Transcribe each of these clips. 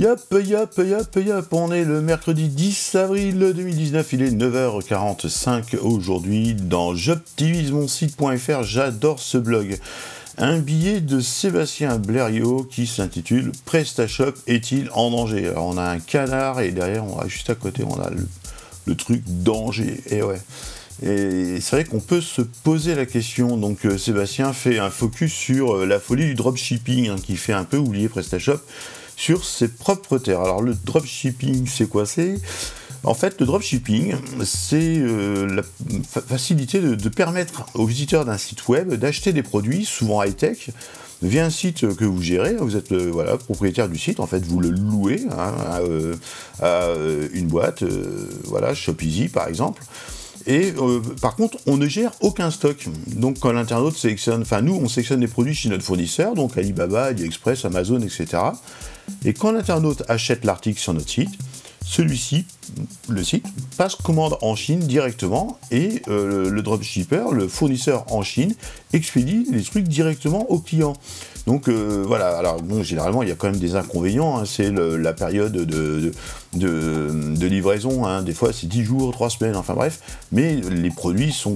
Yop, on est le mercredi 10 avril 2019, il est 9h45 aujourd'hui dans j'optimise-mon-site.fr, j'adore ce blog. Un billet de Sébastien Blériot qui s'intitule « PrestaShop est-il en danger ?» Alors on a un canard et derrière, juste à côté, on a le truc danger, et ouais. Et c'est vrai qu'on peut se poser la question, donc Sébastien fait un focus sur la folie du dropshipping, qui fait un peu oublier PrestaShop sur ses propres terres. Alors le dropshipping, c'est quoi ? En fait, le dropshipping, c'est la facilité de permettre aux visiteurs d'un site web d'acheter des produits, souvent high-tech, via un site que vous gérez. Vous êtes propriétaire du site, en fait, vous le louez à une boîte, Shopeasy par exemple. Et par contre, on ne gère aucun stock. Donc quand l'internaute sélectionne, nous on sélectionne des produits chez notre fournisseur, donc Alibaba, AliExpress, Amazon, etc. Et quand l'internaute achète l'article sur notre site, le site, passe commande en Chine directement et le dropshipper, le fournisseur en Chine, expédie les trucs directement au client. Donc alors bon, généralement il y a quand même des inconvénients, c'est la période de livraison, des fois c'est 10 jours, 3 semaines, enfin bref, mais les produits sont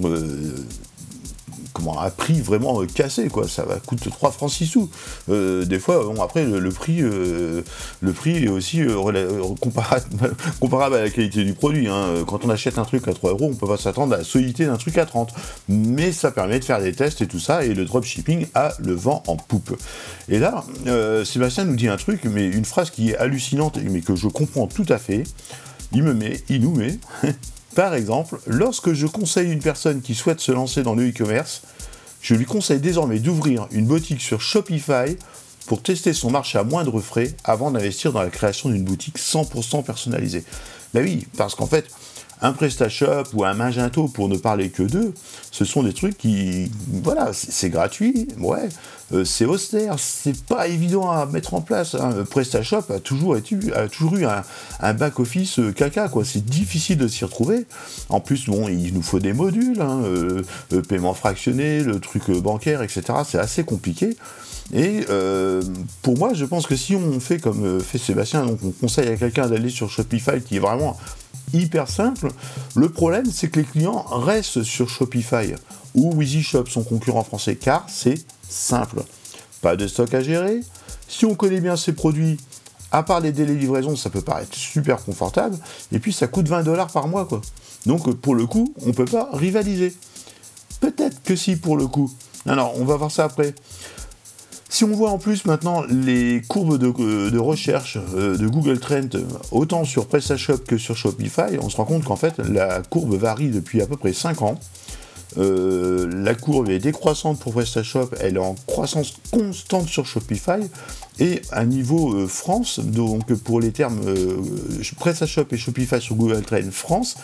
à prix vraiment cassé, quoi. Ça va coûter 3 francs 6 sous. Des fois, après, le prix est aussi comparable à la qualité du produit. Quand on achète un truc à 3 €, on peut pas s'attendre à la solidité d'un truc à 30. Mais ça permet de faire des tests et tout ça, et le dropshipping a le vent en poupe. Et là, Sébastien nous dit un truc, mais une phrase qui est hallucinante, mais que je comprends tout à fait. Il nous met... Par exemple, lorsque je conseille une personne qui souhaite se lancer dans le e-commerce, je lui conseille désormais d'ouvrir une boutique sur Shopify pour tester son marché à moindre frais avant d'investir dans la création d'une boutique 100% personnalisée. Ben oui, parce qu'en fait, un PrestaShop ou un Magento, pour ne parler que d'eux, ce sont des trucs qui... c'est gratuit, c'est austère, c'est pas évident à mettre en place. PrestaShop a toujours eu un back-office caca, quoi. C'est difficile de s'y retrouver. En plus, il nous faut des modules, paiement fractionné, le truc bancaire, etc. C'est assez compliqué. Et pour moi, je pense que si on fait comme fait Sébastien, donc on conseille à quelqu'un d'aller sur Shopify, qui est vraiment hyper simple, le problème c'est que les clients restent sur Shopify ou WheezyShop, son concurrent français, car c'est simple. Pas de stock à gérer. Si on connaît bien ses produits, à part les délais de livraison, ça peut paraître super confortable, et puis ça coûte 20 $ par mois, quoi. Donc pour le coup, on peut pas rivaliser. Peut-être que si, pour le coup. Alors, on va voir ça après. Si on voit en plus maintenant les courbes de recherche de Google Trends, autant sur PrestaShop que sur Shopify, on se rend compte qu'en fait la courbe varie depuis à peu près 5 ans. La courbe est décroissante pour PrestaShop, elle est en croissance constante sur Shopify, et à niveau France, donc pour les termes PrestaShop et Shopify sur Google Trends France,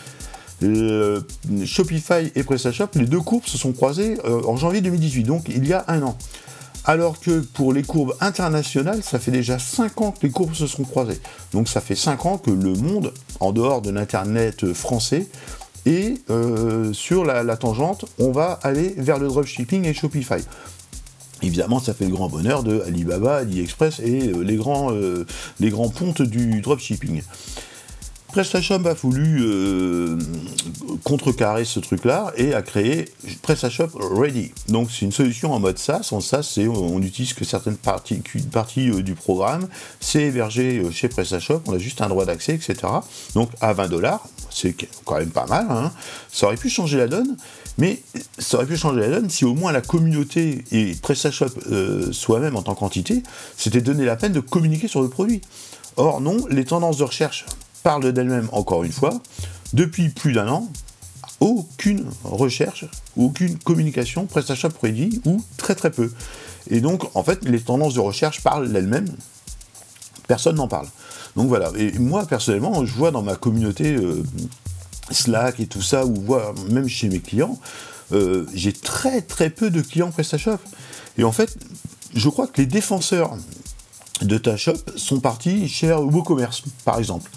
Shopify et PrestaShop, les deux courbes se sont croisées en janvier 2018, donc il y a un an. Alors que pour les courbes internationales, ça fait déjà 5 ans que les courbes se sont croisées. Donc ça fait 5 ans que le monde, en dehors de l'internet français, est sur la tangente, on va aller vers le dropshipping et Shopify. Évidemment, ça fait le grand bonheur de Alibaba, AliExpress et les grands pontes du dropshipping. PrestaShop a voulu contrecarrer ce truc-là et a créé PrestaShop Ready. Donc c'est une solution en mode SaaS. En SaaS, on n'utilise que certaines parties du programme. C'est hébergé chez PrestaShop. On a juste un droit d'accès, etc. Donc à 20 $, c'est quand même pas mal. Ça aurait pu changer la donne. Mais ça aurait pu changer la donne si au moins la communauté et PrestaShop soi-même en tant qu'entité s'était donné la peine de communiquer sur le produit. Or non, les tendances de recherche parle d'elle-même encore une fois. Depuis plus d'un an, aucune recherche, aucune communication PrestaShop Ready, ou très très peu. Et donc, en fait, les tendances de recherche parlent d'elles-mêmes, personne n'en parle. Donc voilà, et moi personnellement, je vois dans ma communauté Slack et tout ça, ou voire même chez mes clients, j'ai très très peu de clients PrestaShop. Et en fait, je crois que les défenseurs de ta shop sont partis chez WooCommerce, par exemple.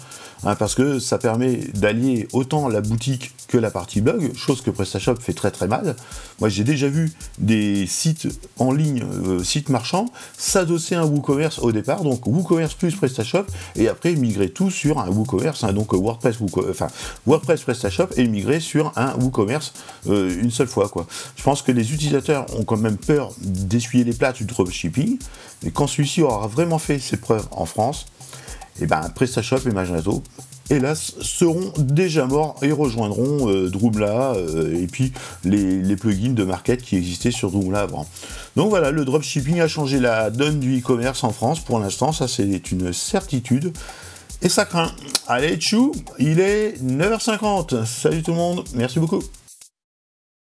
hein, parce que ça permet d'allier autant la boutique que la partie blog, chose que PrestaShop fait très très mal. Moi j'ai déjà vu des sites en ligne, sites marchands, s'adosser à un WooCommerce au départ, donc WooCommerce plus PrestaShop, et après migrer tout sur un WooCommerce, hein, donc WordPress PrestaShop, et migrer sur un WooCommerce une seule fois, quoi. Je pense que les utilisateurs ont quand même peur d'essuyer les plâtres du dropshipping, et quand celui-ci aura vraiment fait ses preuves en France, et ben PrestaShop et Magento, hélas, seront déjà morts et rejoindront Joomla et puis les plugins de market qui existaient sur Joomla avant. Donc voilà, le dropshipping a changé la donne du e-commerce en France pour l'instant, ça c'est une certitude. Et ça craint. Allez, tchou, il est 9h50. Salut tout le monde, merci beaucoup.